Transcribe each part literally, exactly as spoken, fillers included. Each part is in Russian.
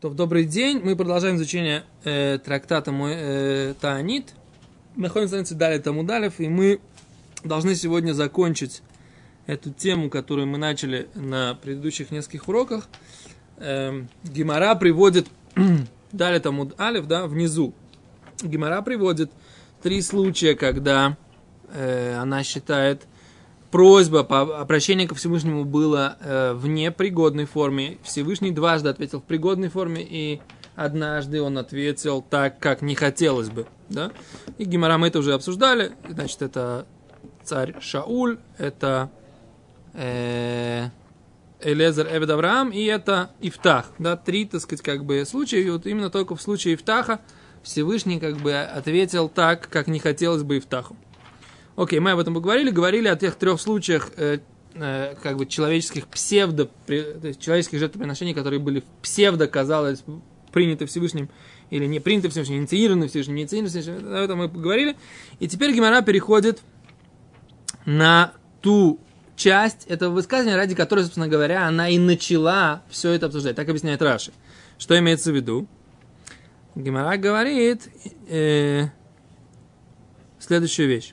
То, добрый день. Мы продолжаем изучение э, трактата э, Таанит. Мы находимся на Далее Тамудалев, и мы должны сегодня закончить эту тему, которую мы начали на предыдущих нескольких уроках. Э, Гемара приводит Далее Тамудалев, да, внизу. Гемара приводит три случая, когда э, она считает, просьба по обращению ко Всевышнему была э, в непригодной форме. Всевышний дважды ответил в пригодной форме, и однажды он ответил так, как не хотелось бы. Да? И Гемара мы это уже обсуждали. Значит, это царь Шауль, это э, Элезер Эвед Авраам, и это Ифтах. Да? Три, так сказать, как бы случая. И вот именно только в случае Ифтаха Всевышний как бы ответил так, как не хотелось бы Ифтаху. Окей, мы об этом поговорили, говорили о тех трех случаях э, э, как бы человеческих псевдо, при, то есть человеческих жертвоприношений, которые были псевдо, казалось, приняты Всевышним, или не приняты Всевышним, инициированы Всевышним, не инициированы Всевышним, об этом мы поговорили. И теперь Гемара переходит на ту часть этого высказывания, ради которой, собственно говоря, она и начала все это обсуждать. Так объясняет Раши. Что имеется в виду? Гемара говорит э, следующую вещь.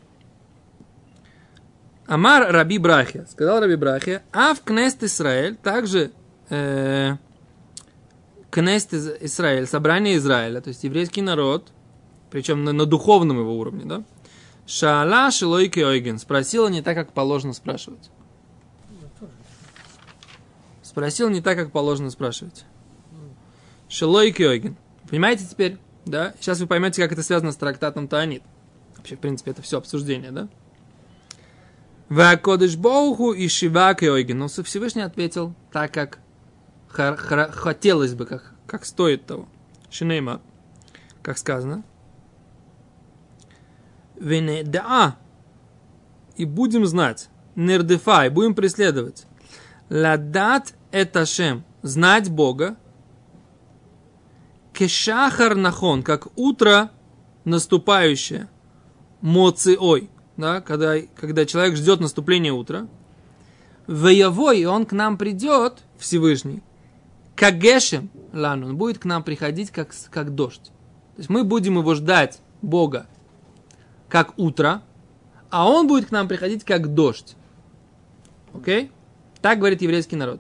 Амар Раби Брахия, сказал Раби Брахия, а в Кнест Исраэль, также э, Кнест Исраэль, собрание Израиля, то есть еврейский народ, причем на, на духовном его уровне, да, Шаала Шилойки Ойген, спросила не так, как положено спрашивать. Спросил не так, как положено спрашивать. Шилойки Ойген. Понимаете теперь? Да? Сейчас вы поймете, как это связано с трактатом Таанит. Вообще, в принципе, это все обсуждение, да? Вакодыш Боуху и Шивак и Ойген. Но Всевышний ответил так, как хар- хар- хотелось бы, как, как стоит того. Шинейма, как сказано. Венедаа. И будем знать. Нердефай. Будем преследовать. Ладат эташем. Знать Бога. Кешахар нахон. Как утро наступающее. Моциой. Да, когда, когда человек ждет наступления утра, воевой, и он к нам придет, Всевышний, как гешем, лану, он будет к нам приходить, как, как дождь. То есть мы будем его ждать, Бога, как утро, а он будет к нам приходить, как дождь. Окей? Так говорит еврейский народ.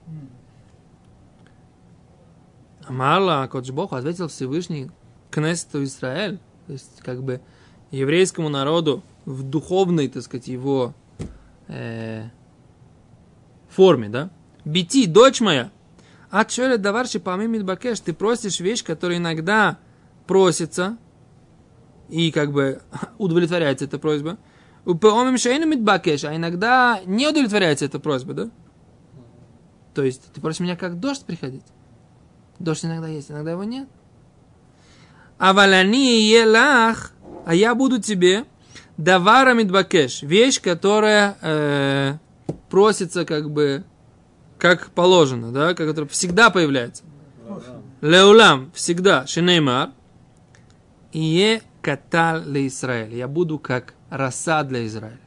Амарла Кодж Бог ответил Всевышний Кнесту Израиль, то есть как бы еврейскому народу в духовной, так сказать, его э, форме, да? Бити, дочь моя, от шоля даварши помимо мидбакеш, ты просишь вещь, которая иногда просится, и как бы удовлетворяется эта просьба. У помимо шейну мидбакеш, а иногда не удовлетворяется эта просьба, да? То есть ты просишь меня как дождь приходить. Дождь иногда есть, иногда его нет. Авалани елах, а я буду тебе давара мидбакеш, вещь, которая э, просится как бы, как положено, да, которая всегда появляется. Леулам, всегда, шинеймар, ие катал ле Израиль, я буду как роса для Израиля.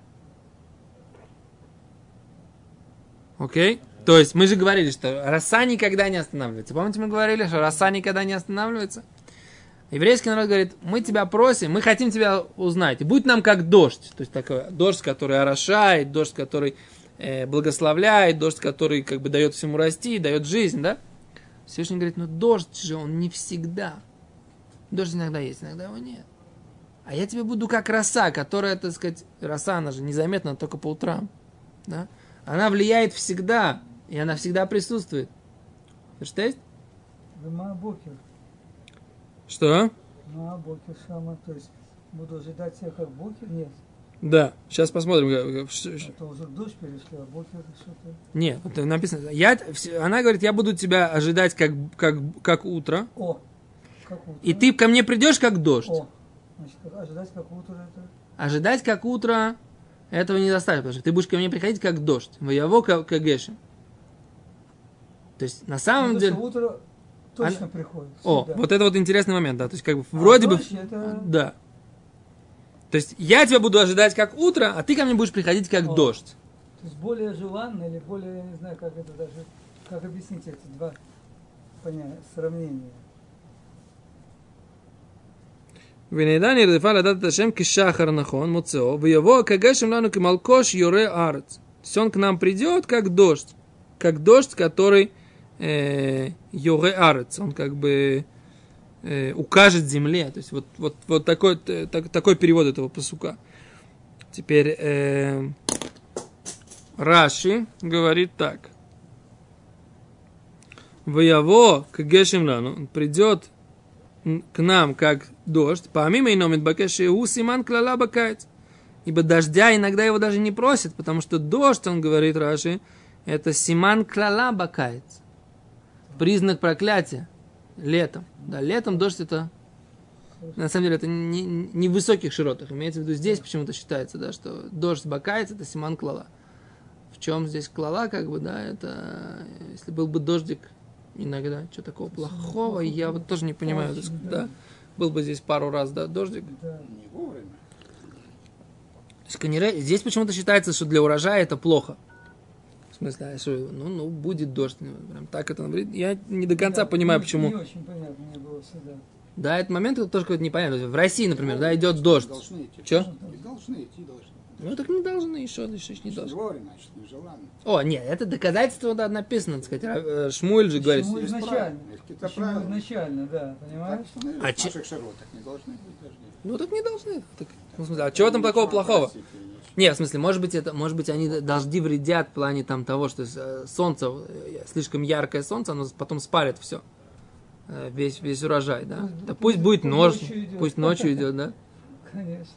Окей? То есть мы же говорили, что роса никогда не останавливается. Помните, мы говорили, что роса никогда не останавливается? Еврейский народ говорит, мы тебя просим, мы хотим тебя узнать. И будь нам как дождь. То есть такой дождь, который орошает, дождь, который э, благословляет, дождь, который как бы дает всему расти, дает жизнь, да? Всевышний говорит, ну дождь же он не всегда. Дождь иногда есть, иногда его нет. А я тебе буду как роса, которая, так сказать, роса, она же незаметна только по утрам. Да? Она влияет всегда, и она всегда присутствует. Verstehst? Что? Ну, а бокер шама, то есть буду ожидать тебя как бокер? Нет. Да, сейчас посмотрим. Это уже дождь перешли, а бокер что-то... Нет, это написано. Я, она говорит, я буду тебя ожидать как, как, как утро. О, как утро. И ты ко мне придешь как дождь. О, значит, ожидать как утро это... Ожидать как утро, этого не заставит, потому что ты будешь ко мне приходить как дождь. Воево как гешем. То есть, на самом ну, деле... Утро... Точно Она... приходит. О, всегда. вот это вот интересный момент, да. То есть, как бы, а вроде бы. Это... Да. То есть, я тебя буду ожидать как утро, а ты ко мне будешь приходить как О. дождь. То есть более желанно или более, я не знаю, как это даже, как объяснить эти два понятие, сравнение. ונדע נרדפה לדעת את השם כשחר נכון, מוצאו, ויבוא כגשם לנו כמלקוש יורה ארץ. То есть он к нам придет, как дождь. Как дождь, который йоре арец. Он как бы э, укажет земле. То есть вот, вот, вот такой, так, такой перевод этого пасука. Теперь э, Раши говорит так. Ваяво кагешем лану. Он придет к нам как дождь. Помимо иного мидбакеши у симан клала бакайц. Ибо дождя иногда его даже не просят, потому что дождь, он говорит Раши, это симан клала бакайц. Признак проклятия. Летом. Да, летом дождь это, на самом деле, это не, не в высоких широтах. Имеется в виду, здесь почему-то считается, да, что дождь бакайц это симан клала. В чем здесь клала, как бы, да, это, если был бы дождик иногда, что такого плохого, я вот тоже не понимаю, да, был бы здесь пару раз, да, дождик. Не вовремя. Здесь почему-то считается, что для урожая это плохо. В смысле, а что, ну, ну, будет дождь. Прям так это говорит. Я не до конца да, понимаю, не, почему. Не очень понятно мне было всегда. Да, этот момент это тоже какой-то непонятный. В России, например, да, идет дождь. Должны идти. Че? Должны идти, должны. Ну, так не должны еще, еще не должны. Вовремя, значит, нежеланно. О, нет, это доказательство, да, написано, так сказать. Шмуэль же говорит. Почему изначально? Какие-то Почему правила. изначально, да, понимаешь? Так что, А в че- наших широтах не должны быть дожди. Ну, так не должны. Так, ну, в смысле, а чего там такого плохого? Не, в смысле, может быть, это, может быть, они дожди вредят в плане там того, что э, солнце, э, слишком яркое солнце, оно потом спалит все. Э, весь, весь урожай, да. Пусть- Да пусть- пусть будет пусть ночь, ночью идет. пусть ночью идет, да. Конечно.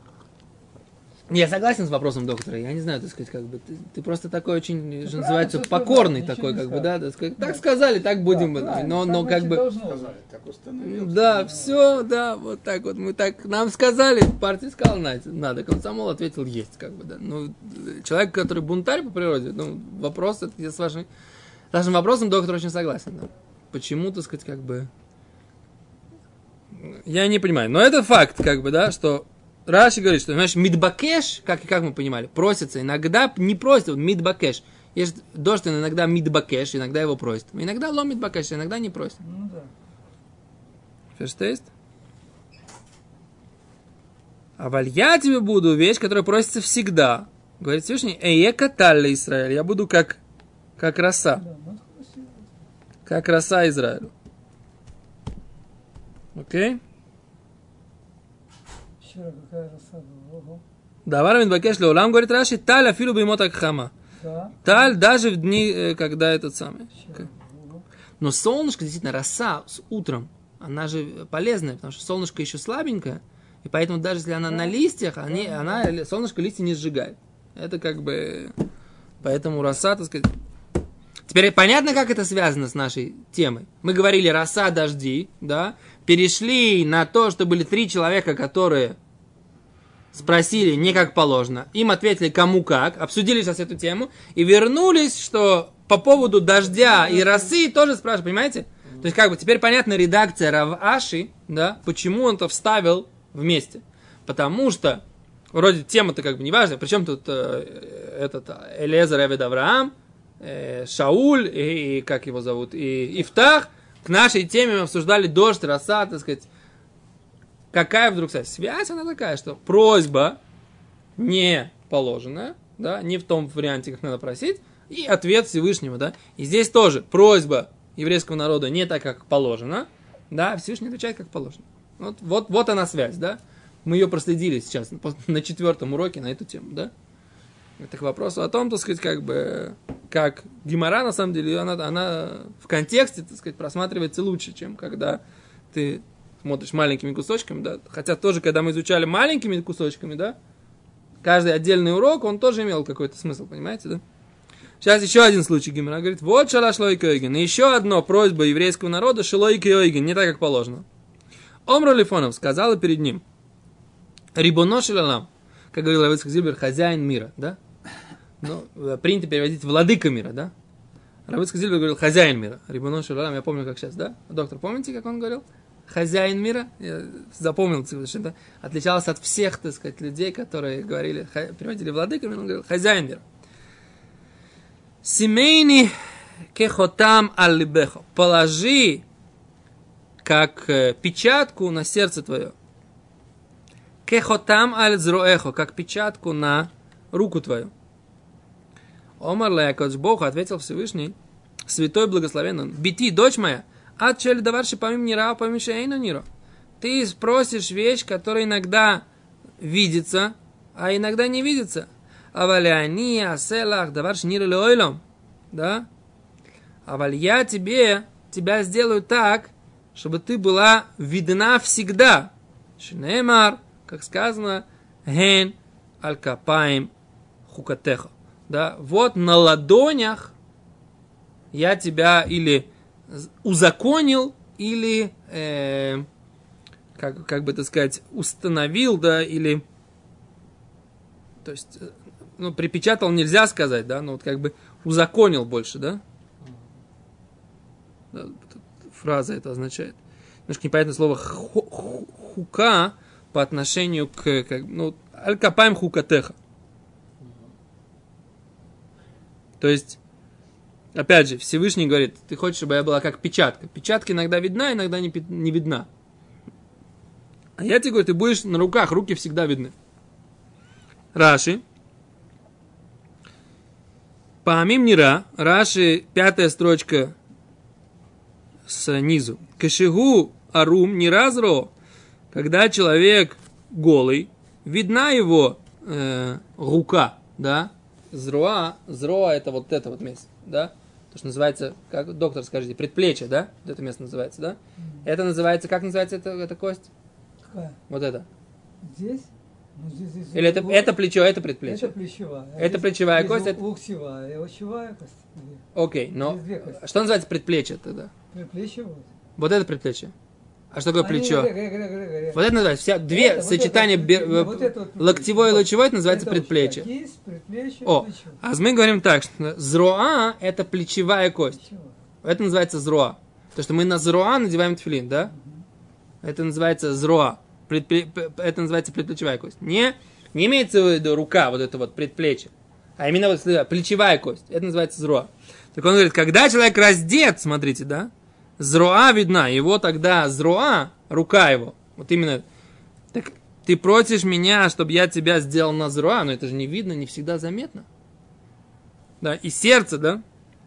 Я согласен с вопросом доктора. Я не знаю, так сказать, как бы ты, ты просто такой очень, что правильно называется, всё сказал, покорный ничего такой, не как бы, сказал. да, так сказать. Да. Так сказали, так будем, Да, но, правильно, но, так но как значит бы, должно быть. Сказали, так установилось. да, все, да, вот так вот, мы так, нам сказали, партия сказала, знаете, надо, комсомол ответил, есть, как бы, да. Ну, человек, который бунтарь по природе, ну, вопрос, это я с вашим, с вашим вопросом, доктор, очень согласен, да. Почему, так сказать, как бы, я не понимаю, но это факт, как бы, да, что Раши говорит, что, знаешь, мидбакеш, как, как мы понимали, просится, иногда не просит, вот мидбакеш. Есть дождь, он иногда мидбакеш, иногда его просит. Иногда ло мидбакеш, иногда не просит. Ну да. Ферштейст? А валь я тебе буду вещь, которая просится всегда. Говорит Всевышний, эе каталли Израиль, я буду как, как роса. Да, ну, красиво. Как роса Израилю. Окей? Еще раз, какая рассада. Ого. Давар мидбакеш леолам, говорит Раши, таль афилу беймотак хама. Да. Таль даже в дни, э, когда этот самый. Еще раз. Ого. Но солнышко, действительно, роса с утром, она же полезная, потому что солнышко еще слабенькое, и поэтому даже если она на листьях, они, она, солнышко листья не сжигает. Это как бы... Поэтому роса, так сказать... Теперь понятно, как это связано с нашей темой. Мы говорили роса, дожди, да, перешли на то, что были три человека, которые спросили не как положено, им ответили кому как, обсудили сейчас эту тему и вернулись, что по поводу дождя и росы тоже спрашивают, понимаете? То есть как бы теперь понятна редакция Рав Аши, да, почему он это вставил вместе. Потому что вроде тема-то как бы не важная, причем тут э, этот Элиэзер Эвед Авраам, э, Шауль и, и как его зовут, и Ифтах, к нашей теме мы обсуждали дождь, роса, так сказать. Какая вдруг связь? Связь она такая, что просьба не положенная, да, не в том варианте, как надо просить, и ответ Всевышнего, да. И здесь тоже просьба еврейского народа не так, как положено, да, Всевышний отвечает, как положено. Вот, вот, вот она связь, да. Мы ее проследили сейчас на четвертом уроке на эту тему, да. Это к вопросу о том, так сказать, как бы, как Гемара, на самом деле, она, она в контексте, так сказать, просматривается лучше, чем когда ты смотришь маленькими кусочками, да. Хотя тоже, когда мы изучали маленькими кусочками, да, каждый отдельный урок, он тоже имел какой-то смысл, понимаете, да. Сейчас еще один случай Гемара говорит, вот шалаш лойк ойген, и еще одна просьба еврейского народа, шалойк ойген, не так, как положено. Омру Лифонов сказала перед ним, Рибоно шелалам, как говорил Рав Ицхак Зильбер, хозяин мира, да? Ну, принято переводить владыка мира, да? Рав Ицхак Зильбер говорил хозяин мира. Рибоно шелалам, я помню, как сейчас, да? Доктор, помните, как он говорил? Хозяин мира? Я запомнил, что это отличалось от всех, так сказать, людей, которые говорили, переводили владыка мира, он говорил хозяин мира. Семейный кехотам аль-либехо. Положи как э, печатку на сердце твое. Кехотам аль-зроэхо, как печатку на руку твою. Омар леякодж Бог, ответил Всевышний, святой благословенный он, бити, дочь моя, от чели даварши помим нира, помим шейна ниро. Ты спросишь вещь, которая иногда видится, а иногда не видится. Аваляни, аселах, даварши нира леойлом. Да? Аваль я тебе, тебя сделаю так, чтобы ты была видна всегда. Шинемар, как сказано, ген аль-капаим хукатеха. Да, вот на ладонях я тебя или узаконил, или, э, как, как бы это сказать, установил, да, или, то есть, ну, припечатал нельзя сказать, да, но вот как бы узаконил больше, да? Да, фраза это означает. Немножко непонятное слово хука по отношению к, как, ну, аль-капаим хукатеха. То есть, опять же, Всевышний говорит, ты хочешь, чтобы я была как печатка. Печатка иногда видна, иногда не, не видна. А я тебе говорю, ты будешь на руках, руки всегда видны. Раши. Паамим нира. Раши, пятая строчка снизу. Кашигу арум ниразро. Когда человек голый, видна его э, рука, да? Зроа, зроа это вот это вот место, да? То, что называется, как доктор скажите, предплечье, да? Вот это место называется, да? Mm-hmm. Это называется, как называется эта, эта кость? Какая? Вот это. Здесь? Ну, здесь, здесь или это, это плечо, это предплечье? Это плечевая. А это плечевая кость? Это это... локтевая, лучевая кость. Окей, но что называется предплечье тогда? Предплечье вот. Вот это предплечье. А что такое а плечо? Не, не, не, не, не. Вот это называется, вся, две это, сочетания вот бер... это, вот это вот локтевое и лучевое, это называется это предплечье. Кисть, предплечье, О, плечо. а мы говорим так, что зроа это плечевая кость. Плечевая. Это называется зроа. То, что мы на зроа надеваем тфилин, да? Угу. Это называется зроа. Предпле... Это называется предплечевая кость. Не, не имеется в виду рука, вот это вот предплечье. А именно вот плечевая кость. Это называется зроа. Так он говорит, когда человек раздет, смотрите, да? Зроа видна, его тогда зроа, рука его, вот именно, так ты просишь меня, чтобы я тебя сделал на зроа, но это же не видно, не всегда заметно. Да, и сердце, да?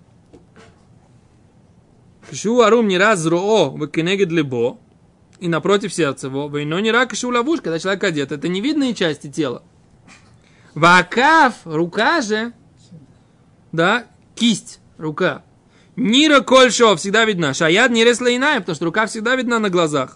Кшу арум не раз зроо, выкинегет либо, и напротив сердца его, но не рак кшу ловуш, когда человек одет, это не видные части тела. Вакав, рука же, да, кисть, рука. Нира кольшо всегда видна. Шаяд не ресла иная, потому что рука всегда видна на глазах.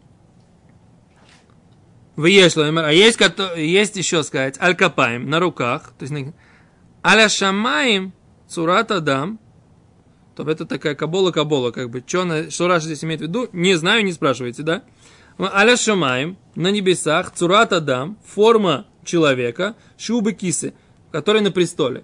Выешло, а есть, есть еще сказать, аль-капаем, на руках, то есть аля шамаем цурат адам, то это такая кабола-кабола, как бы, что, что Раша здесь имеет в виду, не знаю, не спрашивайте, да? Аля шамаем, на небесах, цурат адам, форма человека, шубы кисы, который на престоле.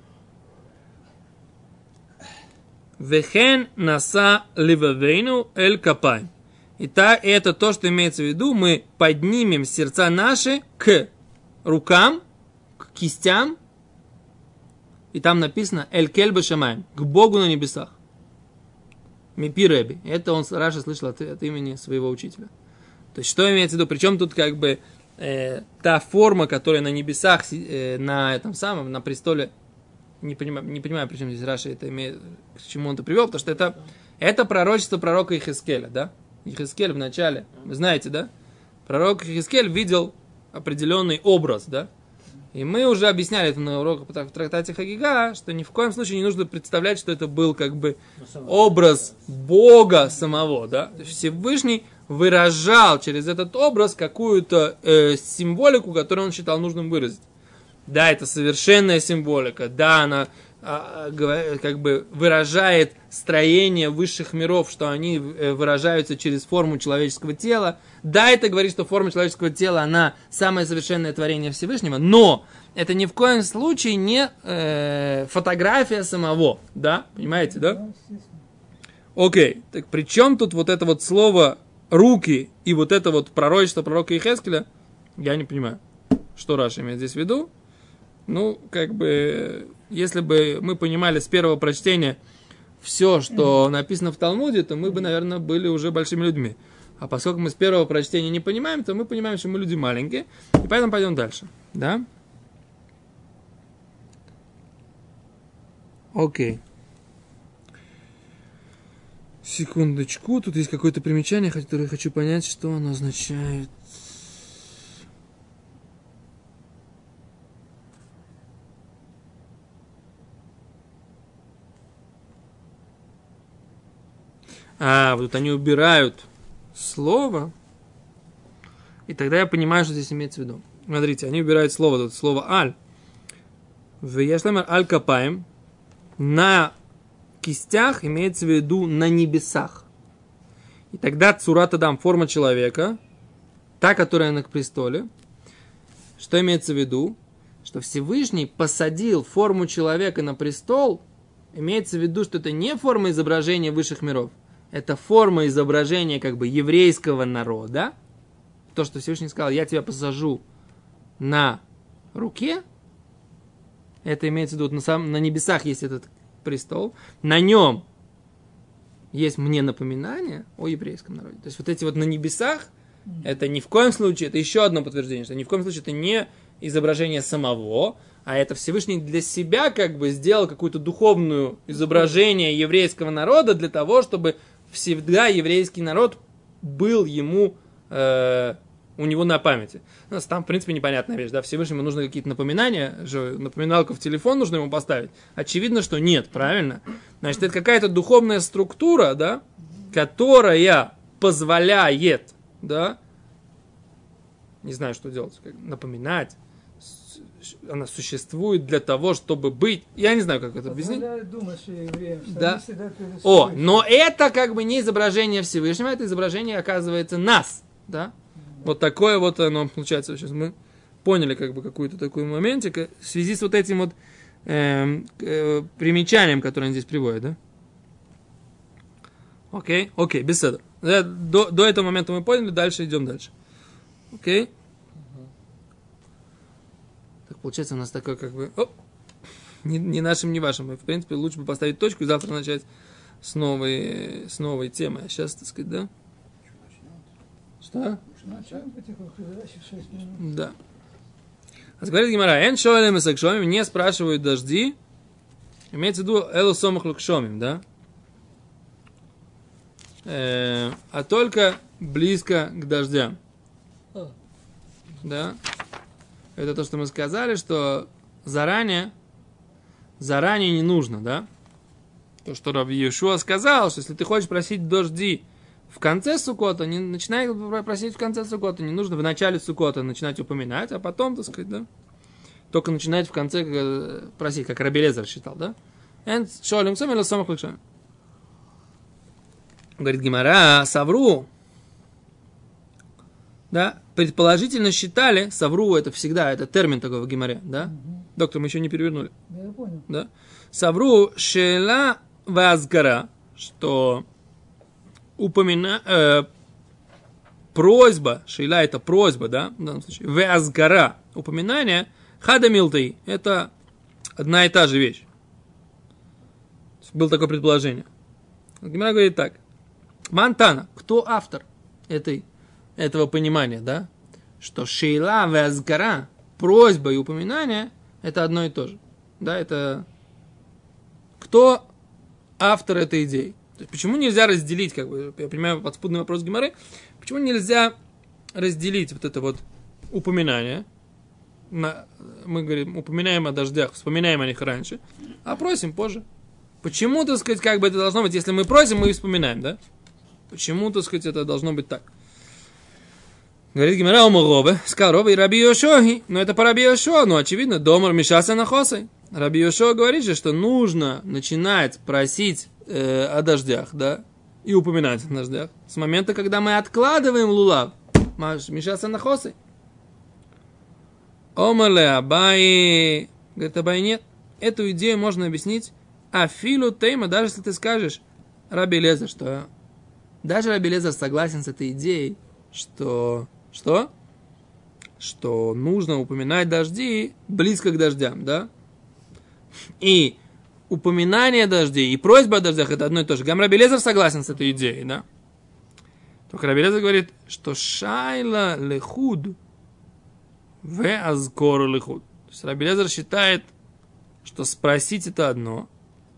Вехен наса ливавейну эль капай. И это то, что имеется в виду, мы поднимем сердца наши к рукам, к кистям, и там написано эль кельба шамаем, к Богу на небесах. Мипи Реби. Это он, Раша, слышал от, от имени своего учителя. То есть, что имеется в виду? Причем тут как бы э, та форма, которая на небесах, э, на этом самом, на престоле. Не понимаю, не понимаю, причем здесь Раша это имеет, к чему он это привел, потому что это, это пророчество пророка Ихескеля, да? Ихескель в начале, вы знаете, да? Пророк Ихескель видел определенный образ, да? И мы уже объясняли это на уроках в трактате Хагига, что ни в коем случае не нужно представлять, что это был как бы образ Бога самого, да? То есть Всевышний выражал через этот образ какую-то э, символику, которую он считал нужным выразить. Да, это совершенная символика, да, она а, как бы выражает строение высших миров, что они выражаются через форму человеческого тела. Да, это говорит, что форма человеческого тела, она самое совершенное творение Всевышнего, но это ни в коем случае не э, фотография самого, да, понимаете, да? Окей, так при чем тут вот это вот слово «руки» и вот это вот пророчество пророка Ихескеля, я не понимаю, что Раша имеет здесь в виду. Ну, как бы, если бы мы понимали с первого прочтения все, что написано в Талмуде, то мы бы, наверное, были уже большими людьми. А поскольку мы с первого прочтения не понимаем, то мы понимаем, что мы люди маленькие. И поэтому пойдем дальше. Да? Окей. Секундочку. Тут есть какое-то примечание, которое я хочу понять, что оно означает. А, вот они убирают слово, и тогда я понимаю, что здесь имеется в виду. Смотрите, они убирают слово, тут слово «аль». В «Яшлемер аль-капаем» на кистях имеется в виду на небесах. И тогда цурат адам, форма человека, та, которая на престоле, что имеется в виду? Что Всевышний посадил форму человека на престол, имеется в виду, что это не форма изображения высших миров, это форма изображения как бы еврейского народа. То, что Всевышний сказал, я тебя посажу на руке, это имеется в виду, на, сам, на небесах есть этот престол, на нем есть мне напоминание о еврейском народе. То есть вот эти вот на небесах, это ни в коем случае, это еще одно подтверждение, что ни в коем случае это не изображение самого, а это Всевышний для себя как бы сделал какое-то духовное изображение еврейского народа для того, чтобы всегда еврейский народ был ему, э, у него на памяти. Ну, там, в принципе, непонятная вещь, да, Всевышнему нужно какие-то напоминания, же, напоминалку в телефон нужно ему поставить. Очевидно, что нет, правильно? Значит, это какая-то духовная структура, да, которая позволяет, да, не знаю, что делать, как напоминать, она существует для того, чтобы быть... Я не знаю, как это объяснить. Думать, что евреям, что да. О, но это как бы не изображение Всевышнего, это изображение, оказывается, нас. Да? Да. Вот такое вот оно получается. Сейчас мы поняли как бы какой-то такой моментик в связи с вот этим вот э, э, примечанием, которое он здесь приводит. Да? Окей, окей, беседа. До, до этого момента мы поняли, дальше идем дальше. Окей. Получается у нас такой как бы оп, не, не нашим, не вашим. В принципе, лучше бы поставить точку и завтра начать с новой, с новой темы. А сейчас, так сказать, да? Что? Да. А говорит Гемара, эн шоэлем и сакшомим, не спрашивают дожди. Имеется в виду элу сомах лукшомим, да? Э, а только близко к дождям. Да? Это то, что мы сказали, что заранее, заранее не нужно, да? То, что Раби Йошуа сказал, что если ты хочешь просить дожди в конце Суккота, не начинай просить в конце Суккота, не нужно в начале Суккота начинать упоминать, а потом, так сказать, да? Только начинать в конце просить, как Раби Элиэзер считал, да? Говорит Гемара, Савру, да, предположительно считали, Савру это всегда, это термин такой в Гемаре, да? Угу. Доктор, мы еще не перевернули. Да, я понял. Да? Савру шела вазгара, что упомина, э, просьба, шейла это просьба, да, в данном случае, вазгара, упоминание, хада милтай, это одна и та же вещь. Было такое предположение. Гемара говорит так, Мантана, кто автор этой этого понимания, да, что шейла вазгара, просьба и упоминание, это одно и то же. Да, это кто автор этой идеи. То есть, почему нельзя разделить, как бы, я понимаю, подспудный вопрос Гемары, почему нельзя разделить вот это вот упоминание, на, мы говорим, упоминаем о дождях, вспоминаем о них раньше, а просим позже. Почему, так сказать, как бы это должно быть, если мы просим, мы и вспоминаем, да? Почему, так сказать, это должно быть так? Говорит Гемара Омарове, сказал Рове и Раби Йошуа, но это по Раби Йошуа, ну очевидно, домар мишаса нахосой. Раби Йошуа говорит же, что нужно начинать просить э, о дождях, да, и упоминать о дождях с момента, когда мы откладываем лулав. Мишаса нахосой. Омале Абай, говорит Абай, нет, эту идею можно объяснить афилу тейма, даже если ты скажешь Раби Элиэзер, что даже Раби Элиэзер согласен с этой идеей, что Что? Что нужно упоминать дожди близко к дождям, да? И упоминание дождей и просьба о дождях это одно и то же. Гам Раби Элиэзер согласен с этой идеей, да? Только Раби Элиэзер говорит, что шайла лехуд ве азкор лехуд. То есть Раби Элиэзер считает, что спросить это одно,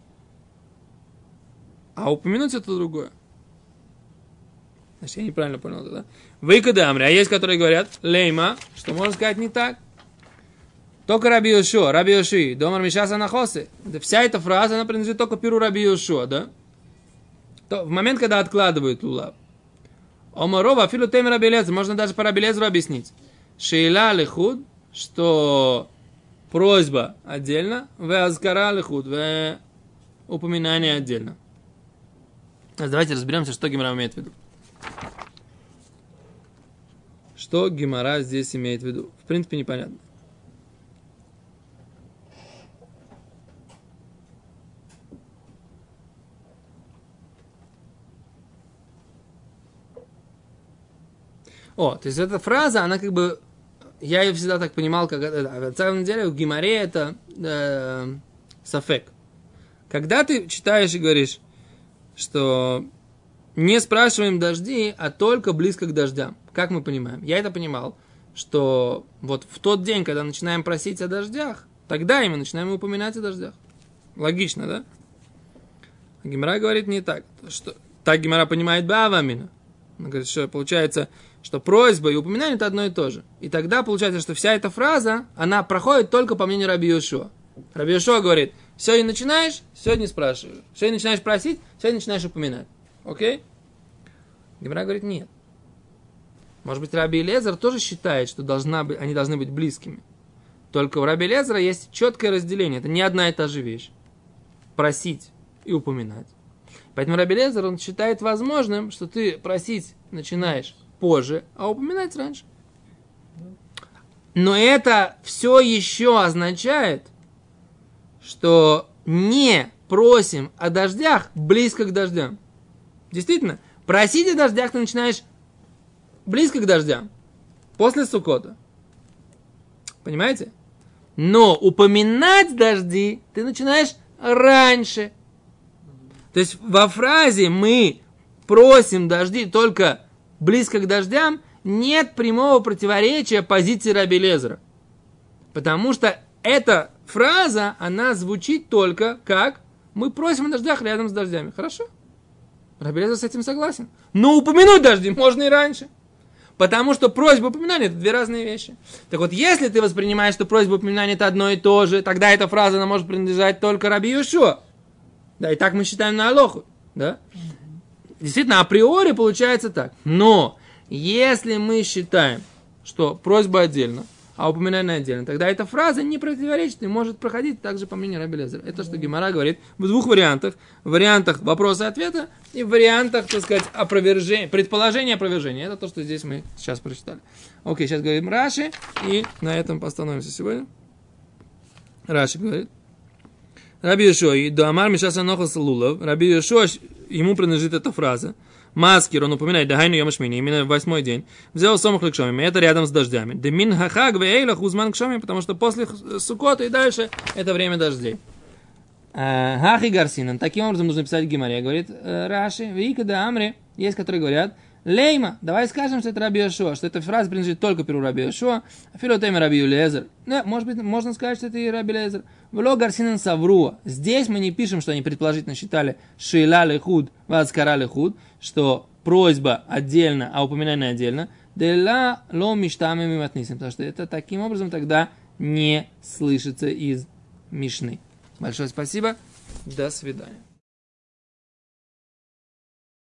а упомянуть это другое. Значит, я неправильно понял это, да? Выкады амри, а есть, которые говорят, лейма, что можно сказать не так. Только Раби Йошуа, Раби Йоши, домар мишаса нахосы. Вся эта фраза, она принадлежит только перу Раби Йошуа, да? То, в момент, когда откладывают лулав. Омарова, филу тем Раби Элиэзер, можно даже по Раби Элиэзеру объяснить. Шейла лихуд, что просьба отдельно, ве азкара лихуд, ве упоминание отдельно. Давайте разберемся, что Гемара имеет в виду. Что Гемара здесь имеет в виду? В принципе, непонятно. О, то есть эта фраза, она как бы... Я ее всегда так понимал, как... На самом деле в Гемаре это э, сафек. Когда ты читаешь и говоришь, что не спрашиваем дожди, а только близко к дождям. Как мы понимаем? Я это понимал, что вот в тот день, когда начинаем просить о дождях, тогда и мы начинаем упоминать о дождях. Логично, да? А Гемара говорит не так. Что, так Гемара понимает Баавамина. Она говорит, что получается, что просьба и упоминание это одно и то же. И тогда получается, что вся эта фраза, она проходит только по мнению Раби Йошуа. Раби Йошуа говорит, сегодня начинаешь, сегодня спрашиваешь. Сегодня начинаешь просить, сегодня начинаешь упоминать. Окей? Гемара говорит, нет. Может быть, Раби Элиэзер тоже считает, что должна быть, они должны быть близкими. Только у Раби Элиэзера есть четкое разделение. Это не одна и та же вещь. Просить и упоминать. Поэтому Раби Элиэзер, он считает возможным, что ты просить начинаешь позже, а упоминать раньше. Но это все еще означает, что не просим о дождях близко к дождям. Действительно, просить о дождях ты начинаешь близко к дождям, после Суккота. Понимаете? Но упоминать дожди ты начинаешь раньше. То есть во фразе «мы просим дожди только близко к дождям» нет прямого противоречия позиции Раби Элиэзера. Потому что эта фраза, она звучит только как «мы просим о дождях рядом с дождями». Хорошо? Раби Элиэзер с этим согласен. Но упомянуть дожди можно и раньше. Потому что просьба и упоминание – это две разные вещи. Так вот, если ты воспринимаешь, что просьба и упоминание – это одно и то же, тогда эта фраза, она может принадлежать только Раби Йошуа. Да, и так мы считаем на Алоху. Да? Действительно, априори получается так. Но если мы считаем, что просьба отдельно, а упоминание отдельно, тогда эта фраза не противоречит и может проходить также по мнению Раби Элиэзера. Это что Гемара говорит в двух вариантах. В вариантах вопроса и ответа и в вариантах, так сказать, опровержения, предположения и опровержения. Это то, что здесь мы сейчас прочитали. Окей, сейчас говорим Раши, и на этом постановимся сегодня. Раши говорит. Раби Йошуа, Доамар Мишаса Нохас Лулов. Раби Йошуа, ему принадлежит эта фраза. Маскир, он упоминает, Дагайну Йомашмини, именно в восьмой день. Взял сомах ликшомим, это рядом с дождями. Демин хахаг вейлах узман кшомим, потому что после Суккота и дальше это время дождей. Хахи Гарсинан, таким образом нужно писать Гемаре, говорит Раши, Вика да Амри, есть, которые говорят, Лейма, давай скажем, что это Раби Йошуа, что эта фраза принадлежит только перу Раби Йошуа, а филотеми Раби Элиэзер. Да, может быть, можно сказать, что это и Раби Элиэзер. Вло Гарсинан Савруа. Здесь мы не пишем, что они предположительно считали Шейла лехуд, вазкара лехуд, что просьба отдельно, а упоминание отдельно. Дела ло миштами миматнисим, потому что это таким образом тогда не слышится из Мишны. Большое спасибо. До свидания.